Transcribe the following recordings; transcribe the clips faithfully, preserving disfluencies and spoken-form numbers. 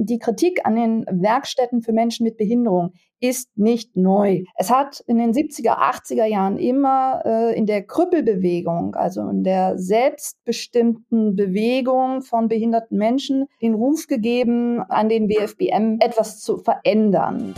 die Kritik an den Werkstätten für Menschen mit Behinderung ist nicht neu. Es hat in den siebziger, achtziger Jahren immer äh, in der Krüppelbewegung, also in der selbstbestimmten Bewegung von behinderten Menschen, den Ruf gegeben, an den W F B M etwas zu verändern.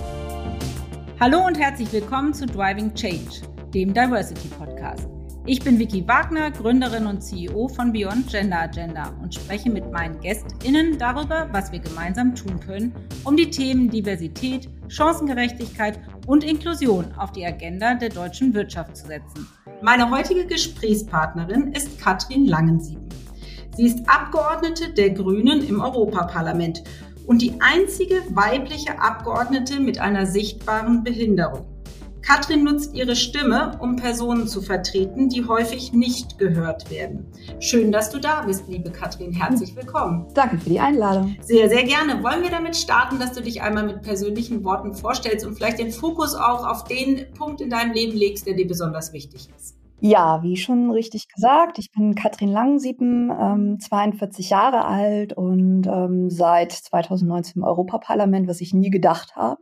Hallo und herzlich willkommen zu Driving Change, dem Diversity Podcast. Ich bin Vicky Wagner, Gründerin und C E O von Beyond Gender Agenda und spreche mit meinen GästInnen darüber, was wir gemeinsam tun können, um die Themen Diversität, Chancengerechtigkeit und Inklusion auf die Agenda der deutschen Wirtschaft zu setzen. Meine heutige Gesprächspartnerin ist Katrin Langensieben. Sie ist Abgeordnete der Grünen im Europaparlament und die einzige weibliche Abgeordnete mit einer sichtbaren Behinderung. Katrin nutzt ihre Stimme, um Personen zu vertreten, die häufig nicht gehört werden. Schön, dass du da bist, liebe Katrin. Herzlich willkommen. Danke für die Einladung. Sehr, sehr gerne. Wollen wir damit starten, dass du dich einmal mit persönlichen Worten vorstellst und vielleicht den Fokus auch auf den Punkt in deinem Leben legst, der dir besonders wichtig ist? Ja, wie schon richtig gesagt, ich bin Katrin Langensieben, ähm, zweiundvierzig Jahre alt und ähm, seit zweitausendneunzehn im Europaparlament, was ich nie gedacht habe.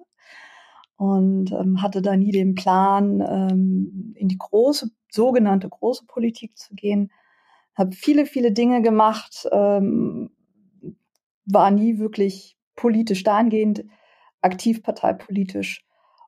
Und ähm, hatte da nie den Plan, ähm, in die große, sogenannte große Politik zu gehen. Habe viele, viele Dinge gemacht, ähm, war nie wirklich politisch dahingehend aktiv parteipolitisch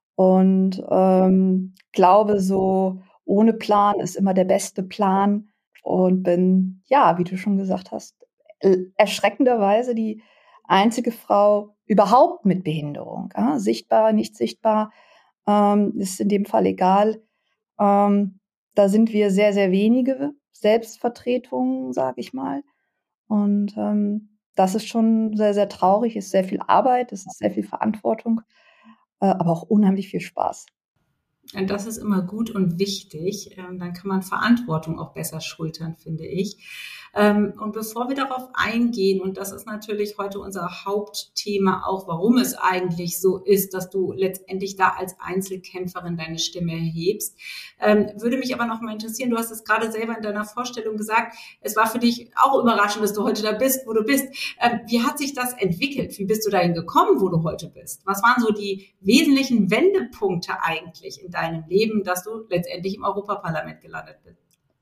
und ähm, glaube, so ohne Plan ist immer der beste Plan und bin, ja, wie du schon gesagt hast, erschreckenderweise die einzige Frau überhaupt mit Behinderung. Ja, sichtbar, nicht sichtbar, ähm, ist in dem Fall egal. Ähm, da sind wir sehr, sehr wenige Selbstvertretungen, sage ich mal. Und ähm, das ist schon sehr, sehr traurig, ist sehr viel Arbeit, es ist sehr viel Verantwortung, äh, aber auch unheimlich viel Spaß. Und das ist immer gut und wichtig. Dann kann man Verantwortung auch besser schultern, finde ich. Und bevor wir darauf eingehen, und das ist natürlich heute unser Hauptthema auch, warum es eigentlich so ist, dass du letztendlich da als Einzelkämpferin deine Stimme erhebst, würde mich aber noch mal interessieren, du hast es gerade selber in deiner Vorstellung gesagt, es war für dich auch überraschend, dass du heute da bist, wo du bist. Wie hat sich das entwickelt? Wie bist du dahin gekommen, wo du heute bist? Was waren so die wesentlichen Wendepunkte eigentlich in deinem Leben, dass du letztendlich im Europaparlament gelandet bist?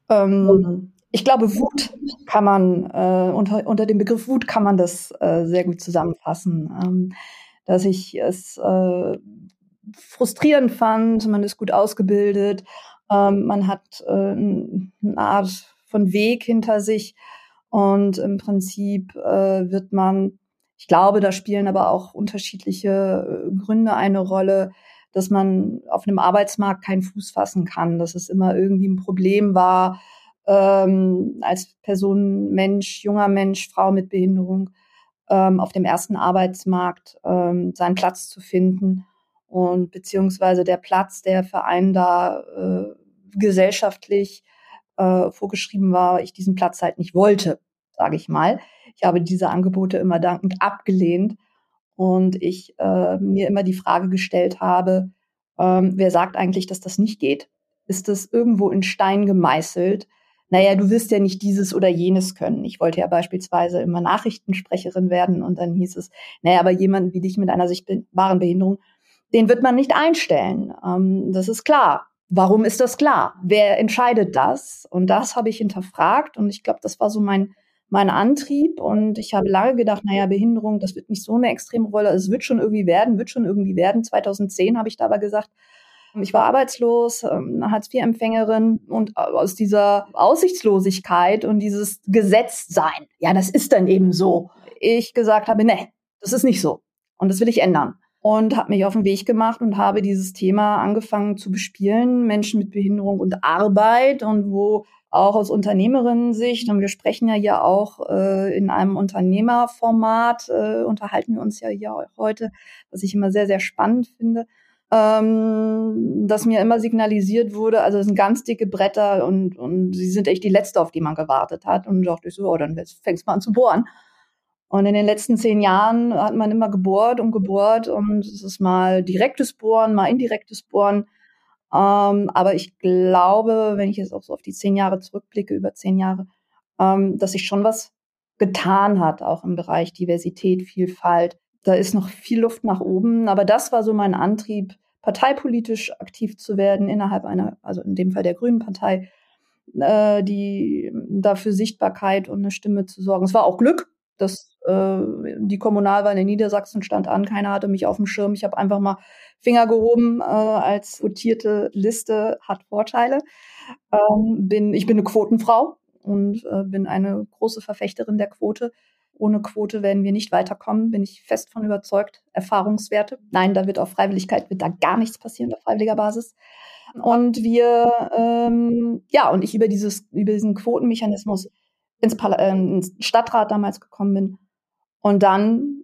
Ähm, ich glaube, Wut kann man, äh, unter, unter dem Begriff Wut kann man das äh, sehr gut zusammenfassen. Ähm, dass ich es äh, frustrierend fand, man ist gut ausgebildet, ähm, man hat äh, eine Art von Weg hinter sich und im Prinzip äh, wird man, ich glaube, da spielen aber auch unterschiedliche äh, Gründe eine Rolle, dass man auf einem Arbeitsmarkt keinen Fuß fassen kann, dass es immer irgendwie ein Problem war, ähm, als Person, Mensch, junger Mensch, Frau mit Behinderung, ähm, auf dem ersten Arbeitsmarkt ähm, seinen Platz zu finden und beziehungsweise der Platz, der für einen da äh, gesellschaftlich äh, vorgeschrieben war, ich diesen Platz halt nicht wollte, sage ich mal. Ich habe diese Angebote immer dankend abgelehnt. Und ich äh, mir immer die Frage gestellt habe, ähm, wer sagt eigentlich, dass das nicht geht? Ist das irgendwo in Stein gemeißelt? Naja, du wirst ja nicht dieses oder jenes können. Ich wollte ja beispielsweise immer Nachrichtensprecherin werden und dann hieß es, naja, aber jemanden wie dich mit einer sichtbaren Behinderung, den wird man nicht einstellen. Ähm, das ist klar. Warum ist das klar? Wer entscheidet das? Und das habe ich hinterfragt und ich glaube, das war so mein mein Antrieb und ich habe lange gedacht, naja, Behinderung, das wird nicht so eine extreme Rolle, es wird schon irgendwie werden, wird schon irgendwie werden. zweitausendzehn habe ich da aber gesagt, ich war arbeitslos, Hartz vier Empfängerin und aus dieser Aussichtslosigkeit und dieses Gesetztsein, ja, das ist dann eben so, ich gesagt habe, nee, das ist nicht so und das will ich ändern. Und habe mich auf den Weg gemacht und habe dieses Thema angefangen zu bespielen, Menschen mit Behinderung und Arbeit und wo auch aus Unternehmerinnen-Sicht, und wir sprechen ja hier auch äh, in einem Unternehmerformat, äh, unterhalten wir uns ja hier heute, was ich immer sehr, sehr spannend finde, ähm, dass mir immer signalisiert wurde, also es sind ganz dicke Bretter und, und sie sind echt die letzte, auf die man gewartet hat. Und dachte ich so, oh, dann fängst du mal an zu bohren. Und in den letzten zehn Jahren hat man immer gebohrt und gebohrt und es ist mal direktes Bohren, mal indirektes Bohren. Ähm, aber ich glaube, wenn ich jetzt auch so auf die zehn Jahre zurückblicke, über zehn Jahre, ähm, dass sich schon was getan hat, auch im Bereich Diversität, Vielfalt, da ist noch viel Luft nach oben. Aber das war so mein Antrieb, parteipolitisch aktiv zu werden innerhalb einer, also in dem Fall der Grünen Partei, äh, die dafür Sichtbarkeit und eine Stimme zu sorgen. Es war auch Glück, dass äh, die Kommunalwahl in Niedersachsen stand an. Keiner hatte mich auf dem Schirm. Ich habe einfach mal Finger gehoben, äh, als votierte Liste hat Vorteile. Ähm, bin, ich bin eine Quotenfrau und äh, bin eine große Verfechterin der Quote. Ohne Quote werden wir nicht weiterkommen, bin ich fest von überzeugt. Erfahrungswerte. Nein, da wird auf Freiwilligkeit, wird da gar nichts passieren auf freiwilliger Basis. Und wir, ähm, ja, und ich über dieses, über diesen Quotenmechanismus ins, Parla- äh, ins Stadtrat damals gekommen bin und dann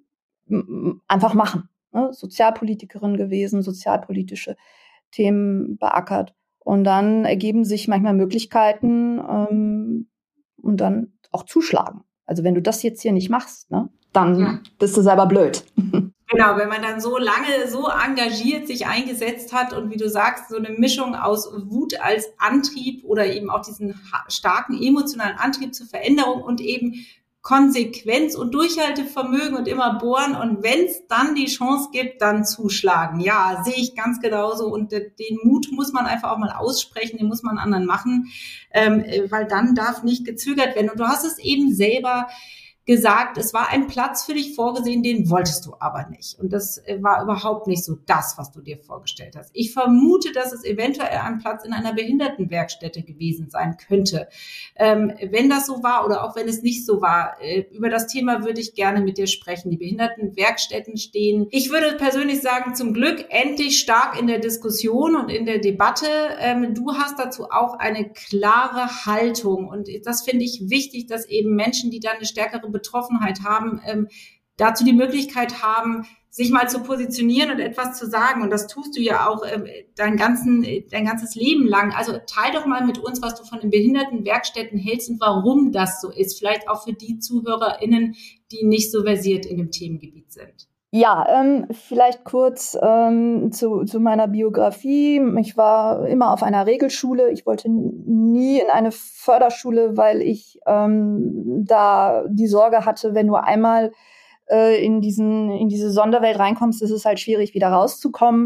m- einfach machen. Ne? Sozialpolitikerin gewesen, sozialpolitische Themen beackert. Und dann ergeben sich manchmal Möglichkeiten ähm, und dann auch zuschlagen. Also wenn du das jetzt hier nicht machst, ne, dann ja. bist du selber blöd. Genau, wenn man dann so lange, so engagiert sich eingesetzt hat und wie du sagst, so eine Mischung aus Wut als Antrieb oder eben auch diesen starken emotionalen Antrieb zur Veränderung und eben Konsequenz und Durchhaltevermögen und immer bohren und wenn es dann die Chance gibt, dann zuschlagen. Ja, sehe ich ganz genauso und den Mut muss man einfach auch mal aussprechen, den muss man anderen machen, ähm, weil dann darf nicht gezögert werden. Und du hast es eben selber gesagt, es war ein Platz für dich vorgesehen, den wolltest du aber nicht. Und das war überhaupt nicht so das, was du dir vorgestellt hast. Ich vermute, dass es eventuell ein Platz in einer Behindertenwerkstätte gewesen sein könnte. Ähm, wenn das so war oder auch wenn es nicht so war, äh, über das Thema würde ich gerne mit dir sprechen. Die Behindertenwerkstätten stehen, ich würde persönlich sagen, zum Glück endlich stark in der Diskussion und in der Debatte. Ähm, du hast dazu auch eine klare Haltung. Und das finde ich wichtig, dass eben Menschen, die da eine stärkere Betroffenheit haben, ähm, dazu die Möglichkeit haben, sich mal zu positionieren und etwas zu sagen. Und das tust du ja auch ähm, dein, ganzen, dein ganzes Leben lang. Also teil doch mal mit uns, was du von den Behindertenwerkstätten hältst und warum das so ist. Vielleicht auch für die ZuhörerInnen, die nicht so versiert in dem Themengebiet sind. Ja, ähm, vielleicht kurz ähm, zu, zu meiner Biografie. Ich war immer auf einer Regelschule. Ich wollte nie in eine Förderschule, weil ich ähm, da die Sorge hatte, wenn du einmal äh, in diesen in diese Sonderwelt reinkommst, ist es halt schwierig, wieder rauszukommen.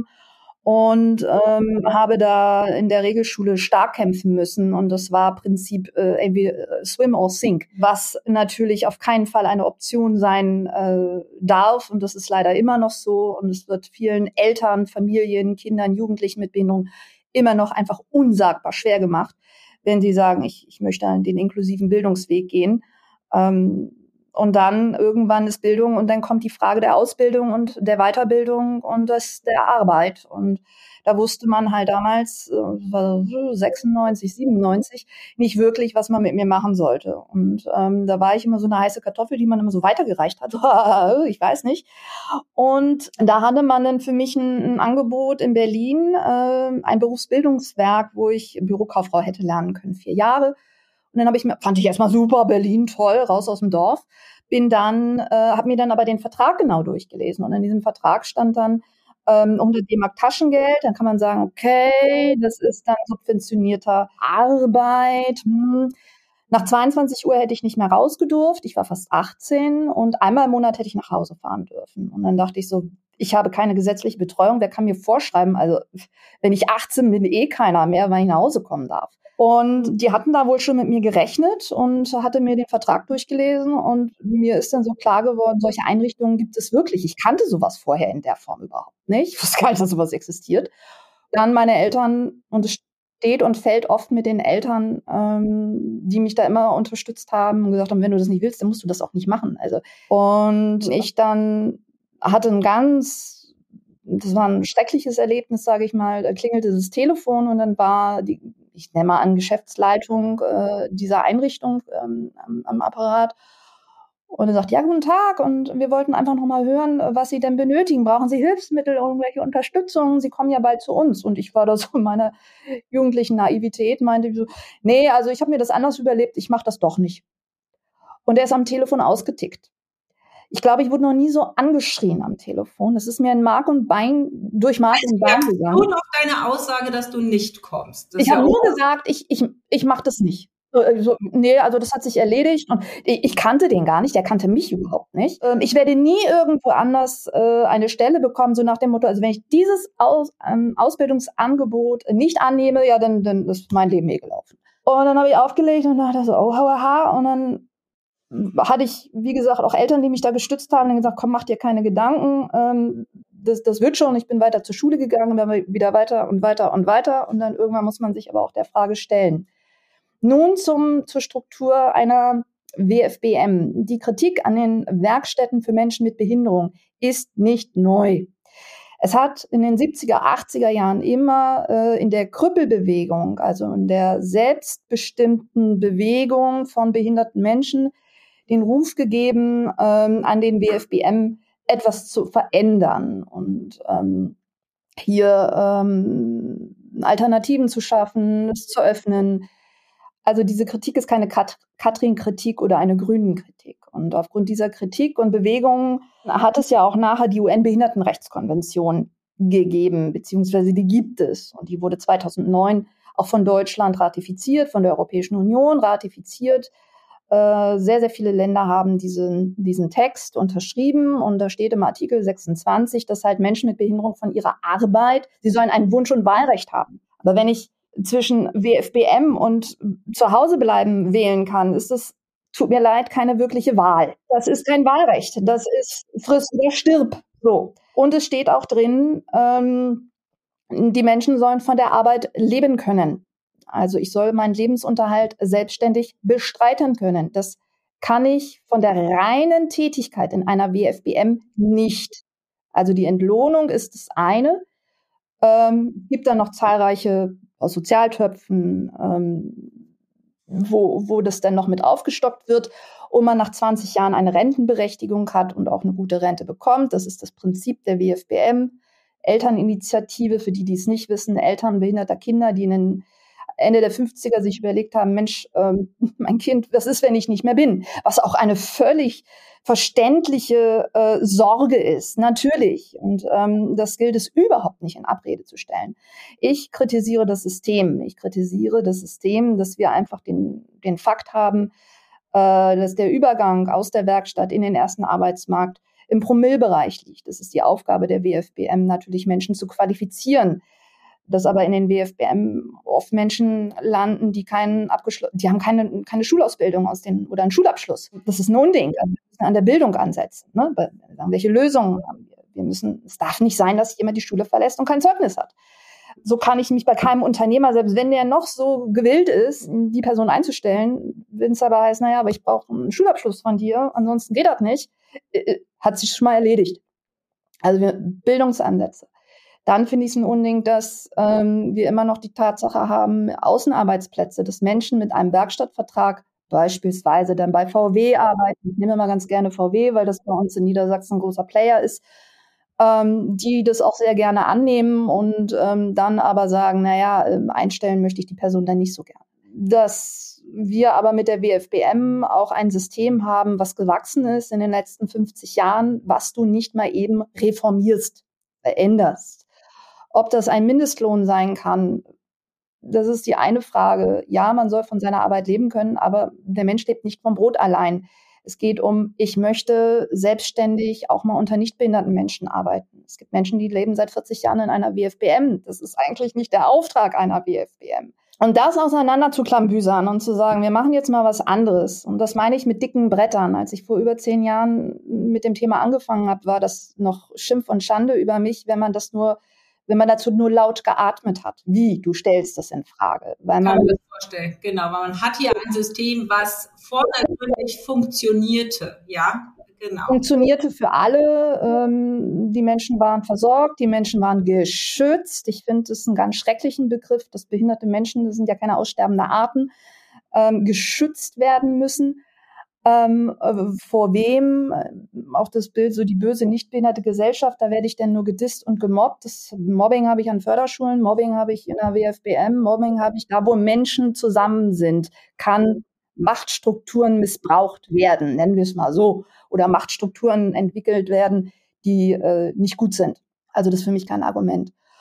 Und ähm, habe da in der Regelschule stark kämpfen müssen. Und das war Prinzip äh, irgendwie swim or sink, was natürlich auf keinen Fall eine Option sein äh, darf. Und das ist leider immer noch so. Und es wird vielen Eltern, Familien, Kindern, Jugendlichen mit Behinderung immer noch einfach unsagbar schwer gemacht, wenn sie sagen, ich, ich möchte den inklusiven Bildungsweg gehen. Ähm, Und dann irgendwann ist Bildung und dann kommt die Frage der Ausbildung und der Weiterbildung und das der Arbeit. Und da wusste man halt damals, äh, sechsundneunzig, siebenundneunzig, nicht wirklich, was man mit mir machen sollte. Und ähm, da war ich immer so eine heiße Kartoffel, die man immer so weitergereicht hat. Ich weiß nicht. Und da hatte man dann für mich ein, ein Angebot in Berlin, äh, ein Berufsbildungswerk, wo ich Bürokauffrau hätte lernen können, vier Jahre. Und dann habe ich mir, fand ich erstmal super, Berlin, toll, raus aus dem Dorf. Bin dann, äh, habe mir dann aber den Vertrag genau durchgelesen. Und in diesem Vertrag stand dann ähm, hundert D-Mark Taschengeld. Dann kann man sagen, okay, das ist dann subventionierter Arbeit. Hm. Nach zweiundzwanzig Uhr hätte ich nicht mehr rausgedurft. Ich war fast achtzehn und einmal im Monat hätte ich nach Hause fahren dürfen. Und dann dachte ich so, ich habe keine gesetzliche Betreuung. Wer kann mir vorschreiben, also wenn ich achtzehn bin, eh keiner mehr, weil ich nach Hause kommen darf. Und die hatten da wohl schon mit mir gerechnet und hatte mir den Vertrag durchgelesen und mir ist dann so klar geworden, solche Einrichtungen gibt es wirklich. Ich kannte sowas vorher in der Form überhaupt nicht. Ich wusste gar nicht, dass sowas existiert. Dann meine Eltern, und es steht und fällt oft mit den Eltern, ähm, die mich da immer unterstützt haben und gesagt haben, wenn du das nicht willst, dann musst du das auch nicht machen. Also und ich dann hatte ein ganz, das war ein schreckliches Erlebnis, sage ich mal, da klingelte das Telefon und dann war die, ich nehme mal an, Geschäftsleitung äh, dieser Einrichtung ähm, am, am Apparat. Und er sagt, ja, guten Tag. Und wir wollten einfach noch mal hören, was Sie denn benötigen. Brauchen Sie Hilfsmittel, irgendwelche Unterstützung? Sie kommen ja bald zu uns. Und ich war da so in meiner jugendlichen Naivität, meinte so, nee, also ich habe mir das anders überlebt, ich mache das doch nicht. Und er ist am Telefon ausgetickt. Ich glaube, ich wurde noch nie so angeschrien am Telefon. Es ist mir in Mark und Bein, durch Mark also und Bein gegangen. Nur noch deine Aussage, dass du nicht kommst. Das ich habe nur gesagt, ich, ich, ich mache das nicht. So, nee, also das hat sich erledigt und ich, ich kannte den gar nicht, der kannte mich überhaupt nicht. Ähm, ich werde nie irgendwo anders äh, eine Stelle bekommen, so nach dem Motto, also wenn ich dieses Aus, ähm, Ausbildungsangebot nicht annehme, ja, dann, dann ist mein Leben eh gelaufen. Und dann habe ich aufgelegt und dachte so, oh, ha, und dann hatte ich, wie gesagt, auch Eltern, die mich da gestützt haben, und gesagt, komm, mach dir keine Gedanken, ähm, das, das wird schon. Ich bin weiter zur Schule gegangen, dann wieder weiter und weiter und weiter und dann irgendwann muss man sich aber auch der Frage stellen. Nun zum, zur Struktur einer W F B M. Die Kritik an den Werkstätten für Menschen mit Behinderung ist nicht neu. Es hat in den siebziger, achtziger Jahren immer äh, in der Krüppelbewegung, also in der selbstbestimmten Bewegung von behinderten Menschen, den Ruf gegeben, ähm, an den W F B M etwas zu verändern und ähm, hier ähm, Alternativen zu schaffen, es zu öffnen. Also diese Kritik ist keine Kat- Katrin-Kritik oder eine Grünen-Kritik. Und aufgrund dieser Kritik und Bewegung hat es ja auch nachher die U N-Behindertenrechtskonvention gegeben, beziehungsweise die gibt es. Und die wurde zweitausendneun auch von Deutschland ratifiziert, von der Europäischen Union ratifiziert. Äh, sehr, sehr viele Länder haben diesen, diesen Text unterschrieben. Und da steht im Artikel sechsundzwanzig, dass halt Menschen mit Behinderung von ihrer Arbeit, sie sollen ein Wunsch- und Wahlrecht haben. Aber wenn ich zwischen W F B M und zu Hause bleiben wählen kann, ist das, tut mir leid, keine wirkliche Wahl. Das ist kein Wahlrecht. Das ist friss oder stirb. So. Und es steht auch drin, ähm, die Menschen sollen von der Arbeit leben können. Also ich soll meinen Lebensunterhalt selbstständig bestreiten können. Das kann ich von der reinen Tätigkeit in einer W F B M nicht. Also die Entlohnung ist das eine. Ähm, gibt dann noch zahlreiche aus Sozialtöpfen, ähm, wo, wo das dann noch mit aufgestockt wird und man nach zwanzig Jahren eine Rentenberechtigung hat und auch eine gute Rente bekommt. Das ist das Prinzip der W F B M. Elterninitiative, für die, die es nicht wissen, Eltern behinderter Kinder, die in den Ende der fünfziger sich überlegt haben, Mensch, ähm, mein Kind, was ist, wenn ich nicht mehr bin? Was auch eine völlig verständliche äh, Sorge ist, natürlich. Und ähm, das gilt es überhaupt nicht in Abrede zu stellen. Ich kritisiere das System. Ich kritisiere das System, dass wir einfach den, den Fakt haben, äh, dass der Übergang aus der Werkstatt in den ersten Arbeitsmarkt im Promillebereich liegt. Das ist die Aufgabe der W F B M, natürlich Menschen zu qualifizieren. Dass aber in den W F B M oft Menschen landen, die keinen abgeschlossen, die haben keine, keine Schulausbildung aus den, oder einen Schulabschluss. Das ist ein Unding. Also wir müssen an der Bildung ansetzen. Ne? Welche Lösungen haben wir? Wir müssen, es darf nicht sein, dass jemand die Schule verlässt und kein Zeugnis hat. So kann ich mich bei keinem Unternehmer, selbst wenn der noch so gewillt ist, die Person einzustellen, wenn es aber heißt, naja, aber ich brauche einen Schulabschluss von dir, ansonsten geht das nicht, hat sich schon mal erledigt. Also wir, Bildungsansätze. Dann finde ich es ein Unding, dass ähm, wir immer noch die Tatsache haben, Außenarbeitsplätze, dass Menschen mit einem Werkstattvertrag beispielsweise dann bei V W arbeiten. Ich nehme mal ganz gerne V W, weil das bei uns in Niedersachsen ein großer Player ist, ähm, die das auch sehr gerne annehmen und ähm, dann aber sagen, naja, einstellen möchte ich die Person dann nicht so gerne. Dass wir aber mit der W F B M auch ein System haben, was gewachsen ist in den letzten fünfzig Jahren, was du nicht mal eben reformierst, veränderst. Ob das ein Mindestlohn sein kann, das ist die eine Frage. Ja, man soll von seiner Arbeit leben können, aber der Mensch lebt nicht vom Brot allein. Es geht um, ich möchte selbstständig auch mal unter nicht behinderten Menschen arbeiten. Es gibt Menschen, die leben seit vierzig Jahren in einer W F B M. Das ist eigentlich nicht der Auftrag einer W F B M. Und das auseinander zu klambüsern und zu sagen, wir machen jetzt mal was anderes. Und das meine ich mit dicken Brettern. Als ich vor über zehn Jahren mit dem Thema angefangen habe, war das noch Schimpf und Schande über mich, wenn man das nur wenn man dazu nur laut geatmet hat. Wie? Du stellst das in Frage. Weil man kann man das vorstellen, genau, weil man hat hier ein System, was vordergründig funktionierte, ja, genau. Funktionierte für alle. Ähm, die Menschen waren versorgt, die Menschen waren geschützt. Ich finde, das ist ein ganz schrecklichen Begriff, dass behinderte Menschen, das sind ja keine aussterbenden Arten, ähm, geschützt werden müssen. Ähm, vor wem? Auch das Bild, so die böse, nicht behinderte Gesellschaft, da werde ich denn nur gedisst und gemobbt. Das Mobbing habe ich an Förderschulen, Mobbing habe ich in der W F B M, Mobbing habe ich da, wo Menschen zusammen sind, kann Machtstrukturen missbraucht werden, nennen wir es mal so, oder Machtstrukturen entwickelt werden, die äh, nicht gut sind. Also das ist für mich kein Argument.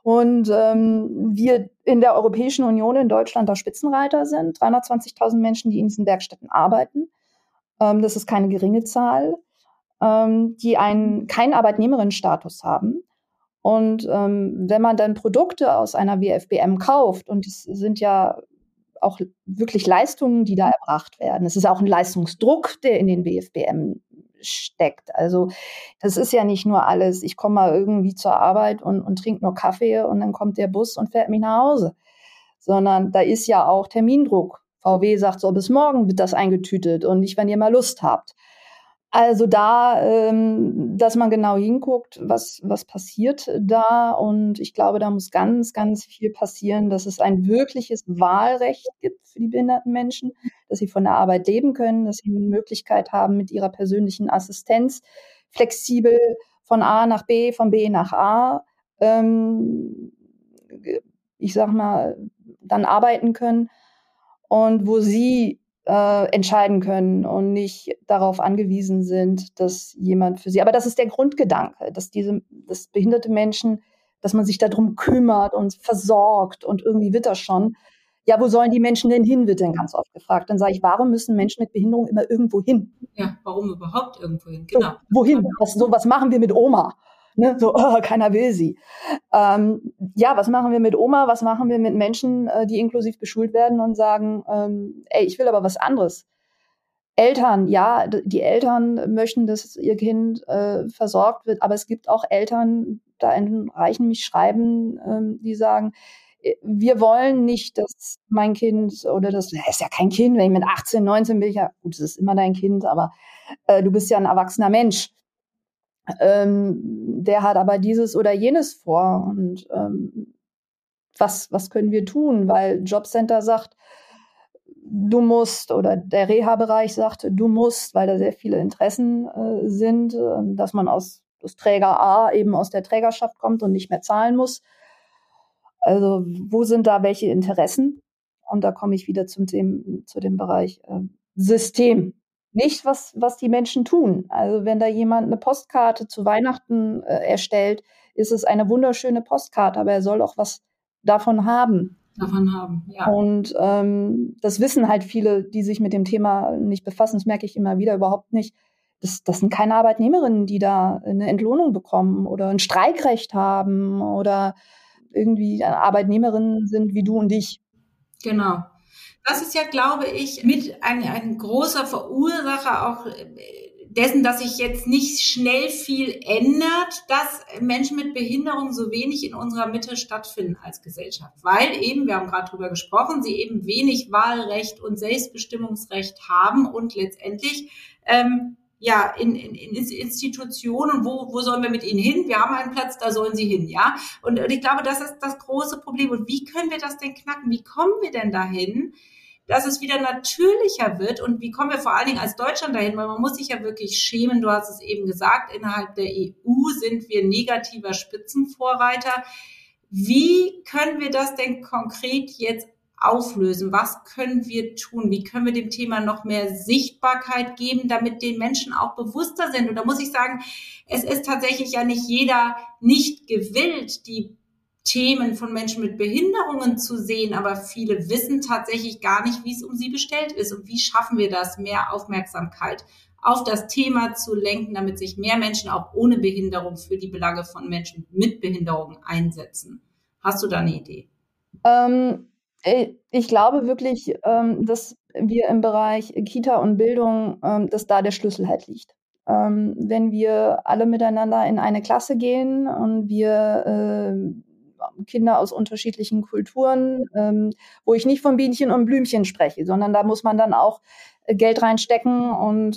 Und ähm, wir in der Europäischen Union, in Deutschland, da Spitzenreiter sind, dreihundertzwanzigtausend Menschen, die in diesen Werkstätten arbeiten. Ähm, das ist keine geringe Zahl, ähm, die einen, keinen Arbeitnehmerinnenstatus haben. Und ähm, wenn man dann Produkte aus einer W F B M kauft, und es sind ja auch wirklich Leistungen, die da erbracht werden. Es ist auch ein Leistungsdruck, der in den W F B M steckt. Also das ist ja nicht nur alles, ich komme mal irgendwie zur Arbeit und, und trinke nur Kaffee und dann kommt der Bus und fährt mich nach Hause. Sondern da ist ja auch Termindruck. V W sagt so, bis morgen wird das eingetütet und nicht, wenn ihr mal Lust habt. Also da, ähm, dass man genau hinguckt, was, was passiert da. Und ich glaube, da muss ganz, ganz viel passieren, dass es ein wirkliches Wahlrecht gibt für die behinderten Menschen, dass sie von der Arbeit leben können, dass sie eine Möglichkeit haben, mit ihrer persönlichen Assistenz flexibel von A nach B, von B nach A, ähm, ich sag mal, dann arbeiten können. Und wo sie Äh, entscheiden können und nicht darauf angewiesen sind, dass jemand für sie, aber das ist der Grundgedanke, dass diese, dass behinderte Menschen, dass man sich darum kümmert und versorgt und irgendwie wird das schon. Ja, wo sollen die Menschen denn hin, wird denn ganz oft gefragt. Dann sage ich, warum müssen Menschen mit Behinderung immer irgendwo hin? Ja, warum überhaupt irgendwo hin? Genau. So, wohin? Was, so, was machen wir mit Oma? Ne? So, oh, keiner will sie. Ähm, ja, was machen wir mit Oma? Was machen wir mit Menschen, äh, die inklusiv beschult werden und sagen, ähm, ey, ich will aber was anderes. Eltern, ja, die Eltern möchten, dass ihr Kind äh, versorgt wird, aber es gibt auch Eltern, da erreichen mich Schreiben, ähm, die sagen, wir wollen nicht, dass mein Kind oder das, das ist ja kein Kind, wenn ich mit achtzehn, neunzehn bin, ja gut, das ist immer dein Kind, aber äh, du bist ja ein erwachsener Mensch. Ähm, der hat aber dieses oder jenes vor. Und ähm, was, was können wir tun? Weil Jobcenter sagt, du musst, oder der Reha-Bereich sagt, du musst, weil da sehr viele Interessen äh, sind, äh, dass man aus, aus Träger A eben aus der Trägerschaft kommt und nicht mehr zahlen muss. Also wo sind da welche Interessen? Und da komme ich wieder zum dem, zu dem Bereich äh, System. Nicht, was, was die Menschen tun. Also wenn da jemand eine Postkarte zu Weihnachten äh, erstellt, ist es eine wunderschöne Postkarte, aber er soll auch was davon haben. Davon haben, ja. Und ähm, das wissen halt viele, die sich mit dem Thema nicht befassen. Das merke ich immer wieder überhaupt nicht. Das, das sind keine Arbeitnehmerinnen, die da eine Entlohnung bekommen oder ein Streikrecht haben oder irgendwie Arbeitnehmerinnen sind wie du und ich. Genau. Das ist ja, glaube ich, mit ein, ein großer Verursacher auch dessen, dass sich jetzt nicht schnell viel ändert, dass Menschen mit Behinderung so wenig in unserer Mitte stattfinden als Gesellschaft. Weil eben, wir haben gerade drüber gesprochen, sie eben wenig Wahlrecht und Selbstbestimmungsrecht haben und letztendlich ähm, ja, in, in, in Institutionen, wo, wo sollen wir mit ihnen hin? Wir haben einen Platz, da sollen sie hin, ja. Und, und ich glaube, das ist das große Problem. Und wie können wir das denn knacken? Wie kommen wir denn dahin, dass es wieder natürlicher wird? Und wie kommen wir vor allen Dingen als Deutschland dahin? Weil man muss sich ja wirklich schämen. Du hast es eben gesagt, innerhalb der E U sind wir negativer Spitzenvorreiter. Wie können wir das denn konkret jetzt auflösen? Was können wir tun? Wie können wir dem Thema noch mehr Sichtbarkeit geben, damit den Menschen auch bewusster sind? Und da muss ich sagen, es ist tatsächlich ja nicht jeder nicht gewillt, die Themen von Menschen mit Behinderungen zu sehen, aber viele wissen tatsächlich gar nicht, wie es um sie bestellt ist. Und wie schaffen wir das, mehr Aufmerksamkeit auf das Thema zu lenken, damit sich mehr Menschen auch ohne Behinderung für die Belange von Menschen mit Behinderung einsetzen? Hast du da eine Idee? Ähm Ich glaube wirklich, dass wir im Bereich Kita und Bildung, dass da der Schlüssel halt liegt. Wenn wir alle miteinander in eine Klasse gehen und wir Kinder aus unterschiedlichen Kulturen, wo ich nicht von Bienchen und Blümchen spreche, sondern da muss man dann auch Geld reinstecken und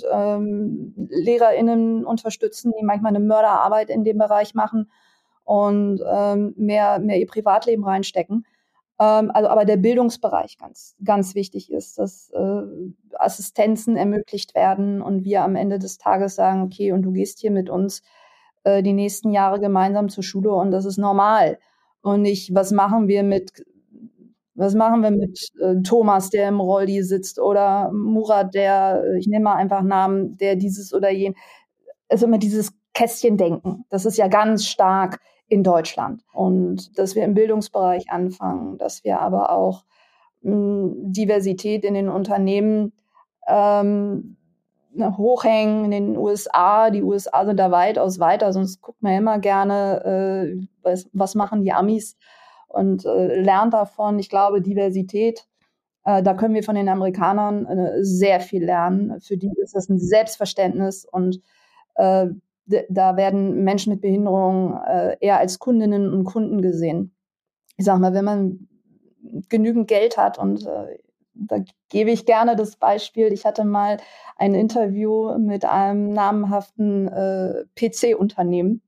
LehrerInnen unterstützen, die manchmal eine Mörderarbeit in dem Bereich machen und mehr, mehr ihr Privatleben reinstecken. Also aber der Bildungsbereich ganz, ganz wichtig ist, dass äh, Assistenzen ermöglicht werden und wir am Ende des Tages sagen, okay, und du gehst hier mit uns äh, die nächsten Jahre gemeinsam zur Schule und das ist normal. Und nicht, was machen wir mit, was machen wir mit äh, Thomas, der im Rolli sitzt oder Murat, der, ich nehme mal einfach Namen, der dieses oder jen, also immer dieses Kästchendenken, das ist ja ganz stark in Deutschland. Und dass wir im Bildungsbereich anfangen, dass wir aber auch mh, Diversität in den Unternehmen ähm, hochhängen in den U S A. Die U S A sind da weitaus weiter, sonst guckt man immer gerne, äh, was, was machen die Amis und äh, lernt davon. Ich glaube, Diversität, äh, da können wir von den Amerikanern äh, sehr viel lernen. Für die ist das ein Selbstverständnis und äh, d- da werden Menschen mit Behinderung äh, eher als Kundinnen und Kunden gesehen. Ich sag mal, wenn man genügend Geld hat und äh, da gebe ich gerne das Beispiel. Ich hatte mal ein Interview mit einem namhaften äh, P C-Unternehmen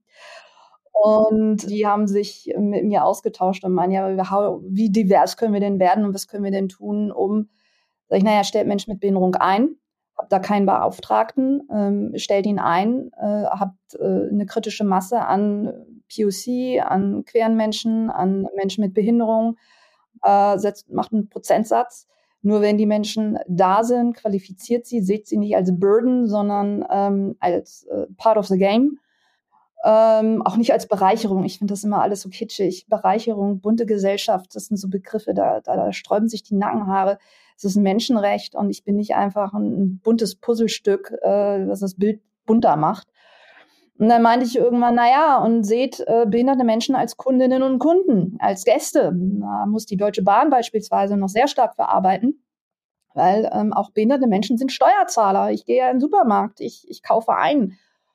und die haben sich mit mir ausgetauscht und meinen, ja, wie divers können wir denn werden und was können wir denn tun, um, sag ich, naja, stellt Menschen mit Behinderung ein, habt da keinen Beauftragten, ähm, stellt ihn ein, äh, habt äh, eine kritische Masse an P O C, an queeren Menschen, an Menschen mit Behinderung, äh, setzt, macht einen Prozentsatz. Nur wenn die Menschen da sind, qualifiziert sie, seht sie nicht als Burden, sondern ähm, als äh, part of the game. Ähm, auch nicht als Bereicherung. Ich finde das immer alles so kitschig. Bereicherung, bunte Gesellschaft, das sind so Begriffe, da, da, da sträuben sich die Nackenhaare. Es ist ein Menschenrecht und ich bin nicht einfach ein, ein buntes Puzzlestück, äh, was das Bild bunter macht. Und dann meinte ich irgendwann, na ja, und seht äh, behinderte Menschen als Kundinnen und Kunden, als Gäste. Da muss die Deutsche Bahn beispielsweise noch sehr stark verarbeiten, weil ähm, auch behinderte Menschen sind Steuerzahler. Ich gehe ja in den Supermarkt, ich, ich kaufe ein.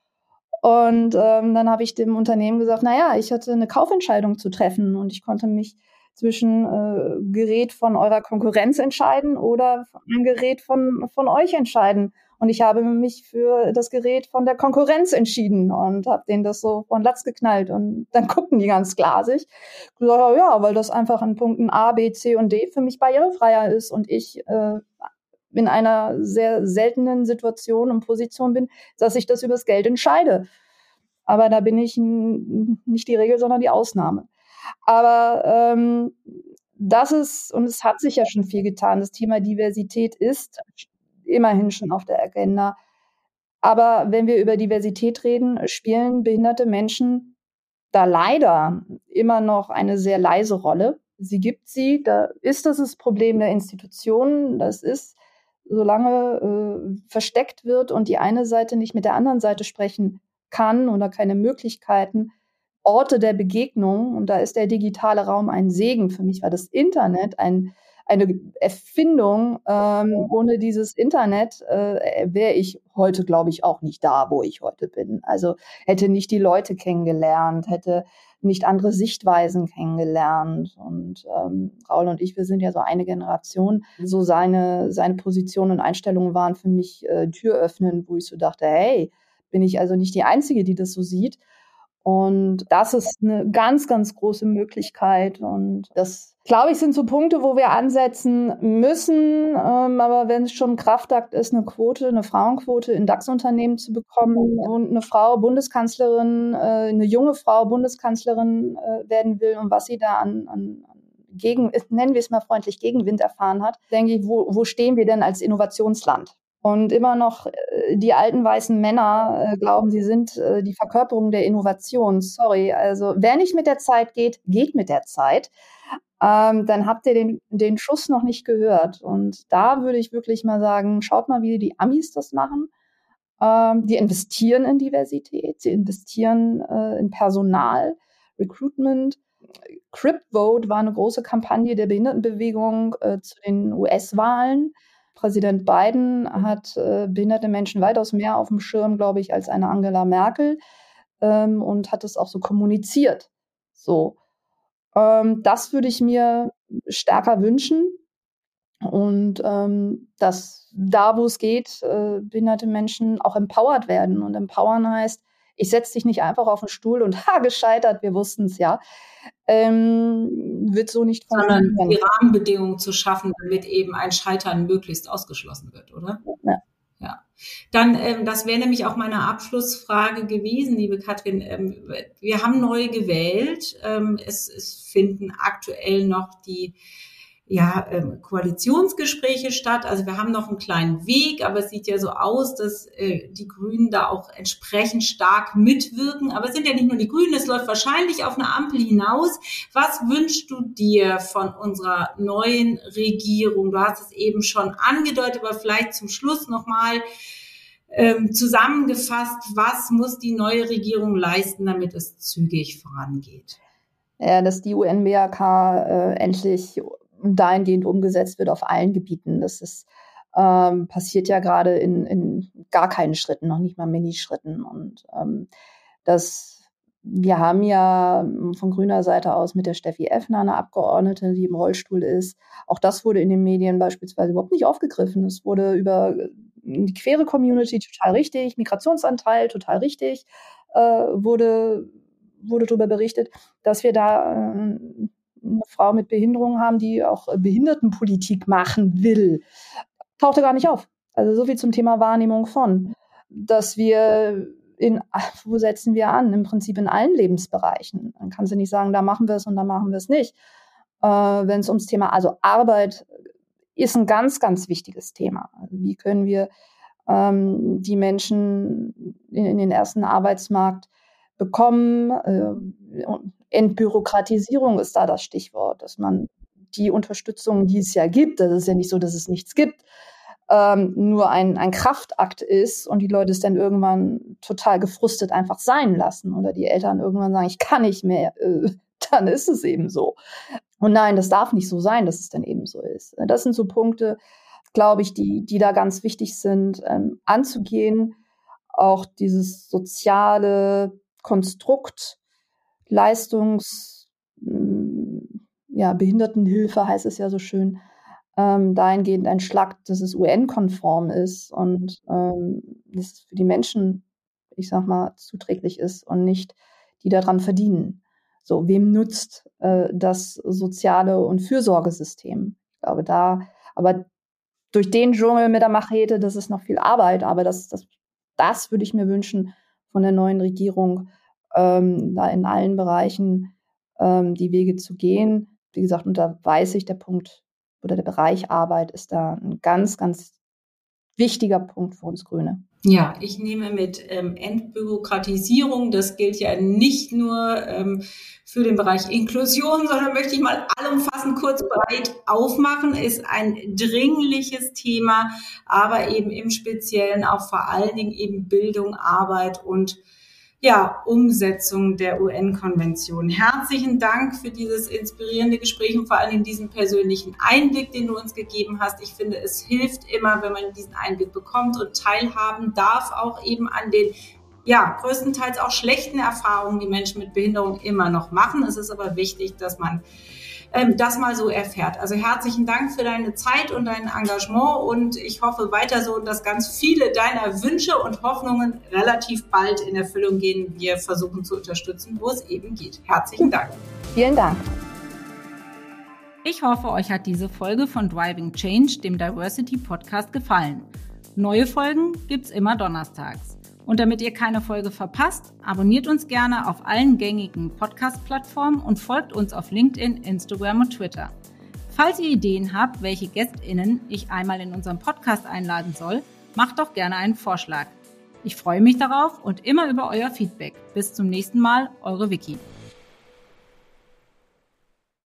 Und ähm, dann habe ich dem Unternehmen gesagt, na ja, ich hatte eine Kaufentscheidung zu treffen und ich konnte mich zwischen äh, Gerät von eurer Konkurrenz entscheiden oder ein Gerät von, von euch entscheiden. Und ich habe mich für das Gerät von der Konkurrenz entschieden und habe denen das so von Latz geknallt. Und dann guckten die ganz glasig. Gesagt, ja, weil das einfach in Punkten A, B, C und D für mich barrierefreier ist und ich äh, in einer sehr seltenen Situation und Position bin, dass ich das übers Geld entscheide. Aber da bin ich n- nicht die Regel, sondern die Ausnahme. Aber ähm, das ist, und es hat sich ja schon viel getan, das Thema Diversität ist immerhin schon auf der Agenda. Aber wenn wir über Diversität reden, spielen behinderte Menschen da leider immer noch eine sehr leise Rolle. Sie gibt sie, da ist das das Problem der Institutionen, das ist, solange äh, versteckt wird und die eine Seite nicht mit der anderen Seite sprechen kann oder keine Möglichkeiten, Orte der Begegnung, und da ist der digitale Raum ein Segen. Für mich war das Internet ein, eine Erfindung. Ähm, ohne dieses Internet äh, wäre ich heute, glaube ich, auch nicht da, wo ich heute bin. Also hätte nicht die Leute kennengelernt, hätte nicht andere Sichtweisen kennengelernt. Und ähm, Raul und ich, wir sind ja so eine Generation. So seine, seine Positionen und Einstellungen waren für mich äh, Türöffnen, wo ich so dachte, hey, bin ich also nicht die Einzige, die das so sieht. Und das ist eine ganz, ganz große Möglichkeit. Und das, glaube ich, sind so Punkte, wo wir ansetzen müssen. Ähm, aber wenn es schon ein Kraftakt ist, eine Quote, eine Frauenquote in DAX-Unternehmen zu bekommen und eine Frau Bundeskanzlerin, äh, eine junge Frau Bundeskanzlerin äh, werden will und was sie da an, an gegen, nennen wir es mal freundlich, Gegenwind erfahren hat, denke ich, wo, wo stehen wir denn als Innovationsland? Und immer noch äh, die alten weißen Männer äh, glauben, sie sind äh, die Verkörperung der Innovation. Sorry, also wer nicht mit der Zeit geht, geht mit der Zeit. Ähm, dann habt ihr den, den Schuss noch nicht gehört. Und da würde ich wirklich mal sagen, schaut mal, wie die Amis das machen. Ähm, die investieren in Diversität, sie investieren äh, in Personal, Recruitment. CripVote war eine große Kampagne der Behindertenbewegung äh, zu den U S-Wahlen. Präsident Biden hat äh, behinderte Menschen weitaus mehr auf dem Schirm, glaube ich, als eine Angela Merkel ähm, und hat es auch so kommuniziert. So, ähm, das würde ich mir stärker wünschen und ähm, dass da, wo es geht, äh, behinderte Menschen auch empowered werden. Und empowern heißt, ich setze dich nicht einfach auf den Stuhl und ha, gescheitert, wir wussten es ja. Ähm, wird so nicht sondern funktionieren. die Rahmenbedingungen zu schaffen, damit eben ein Scheitern möglichst ausgeschlossen wird, oder? Ja. Ja. Dann, ähm, das wäre nämlich auch meine Abschlussfrage gewesen, liebe Katrin. Ähm, wir haben neu gewählt. Ähm, es, es finden aktuell noch die ja, ähm, Koalitionsgespräche statt. Also wir haben noch einen kleinen Weg, aber es sieht ja so aus, dass äh, die Grünen da auch entsprechend stark mitwirken. Aber es sind ja nicht nur die Grünen, es läuft wahrscheinlich auf eine Ampel hinaus. Was wünschst du dir von unserer neuen Regierung? Du hast es eben schon angedeutet, aber vielleicht zum Schluss nochmal ähm, zusammengefasst, was muss die neue Regierung leisten, damit es zügig vorangeht? Ja, dass die U N B H K äh, endlich dahingehend umgesetzt wird auf allen Gebieten. Das ist, ähm, passiert ja gerade in, in gar keinen Schritten, noch nicht mal Minischritten. Und ähm, das, wir haben ja von grüner Seite aus mit der Steffi Effner eine Abgeordnete, die im Rollstuhl ist. Auch das wurde in den Medien beispielsweise überhaupt nicht aufgegriffen. Es wurde über die queere Community total richtig, Migrationsanteil total richtig, äh, wurde, wurde darüber berichtet, dass wir da äh, eine Frau mit Behinderung haben, die auch Behindertenpolitik machen will. Tauchte gar nicht auf. Also so viel zum Thema Wahrnehmung von, dass wir in, wo setzen wir an? Im Prinzip in allen Lebensbereichen. Dann kannst du nicht sagen, da machen wir es und da machen wir es nicht. Äh, wenn es ums Thema, also Arbeit ist ein ganz, ganz wichtiges Thema. Also wie können wir ähm, die Menschen in, in den ersten Arbeitsmarkt bekommen? Äh, Entbürokratisierung ist da das Stichwort, dass man die Unterstützung, die es ja gibt, das ist ja nicht so, dass es nichts gibt, ähm, nur ein, ein Kraftakt ist und die Leute es dann irgendwann total gefrustet einfach sein lassen oder die Eltern irgendwann sagen, ich kann nicht mehr, äh, dann ist es eben so. Und nein, das darf nicht so sein, dass es dann eben so ist. Das sind so Punkte, glaube ich, die, die da ganz wichtig sind, ähm, anzugehen. Auch dieses soziale Konstrukt, Leistungs, ja, Behindertenhilfe heißt es ja so schön, ähm, dahingehend entschlackt, dass es U N-konform ist und ähm, dass es für die Menschen, ich sag mal, zuträglich ist und nicht die daran verdienen. So, wem nutzt äh, das soziale und Fürsorgesystem? Ich glaube, da, aber durch den Dschungel mit der Machete, das ist noch viel Arbeit, aber das, das, das würde ich mir wünschen von der neuen Regierung, ähm, da in allen Bereichen ähm, die Wege zu gehen. Wie gesagt, und da weiß ich, der Punkt oder der Bereich Arbeit ist da ein ganz, ganz wichtiger Punkt für uns Grüne. Ja, ich nehme mit ähm, Entbürokratisierung, das gilt ja nicht nur ähm, für den Bereich Inklusion, sondern möchte ich mal allumfassend kurz breit aufmachen, ist ein dringliches Thema, aber eben im Speziellen auch vor allen Dingen eben Bildung, Arbeit und ja, Umsetzung der U N-Konvention. Herzlichen Dank für dieses inspirierende Gespräch und vor allem diesen persönlichen Einblick, den du uns gegeben hast. Ich finde, es hilft immer, wenn man diesen Einblick bekommt und teilhaben darf, auch eben an den, ja, größtenteils auch schlechten Erfahrungen, die Menschen mit Behinderung immer noch machen. Es ist aber wichtig, dass man ähm, das mal so erfährt. Also herzlichen Dank für deine Zeit und dein Engagement und ich hoffe weiter so, dass ganz viele deiner Wünsche und Hoffnungen relativ bald in Erfüllung gehen. Wir versuchen zu unterstützen, wo es eben geht. Herzlichen Dank. Vielen Dank. Ich hoffe, euch hat diese Folge von Driving Change, dem Diversity Podcast, gefallen. Neue Folgen gibt's immer donnerstags. Und damit ihr keine Folge verpasst, abonniert uns gerne auf allen gängigen Podcast-Plattformen und folgt uns auf LinkedIn, Instagram und Twitter. Falls ihr Ideen habt, welche GästInnen ich einmal in unserem Podcast einladen soll, macht doch gerne einen Vorschlag. Ich freue mich darauf und immer über euer Feedback. Bis zum nächsten Mal, eure Vicky.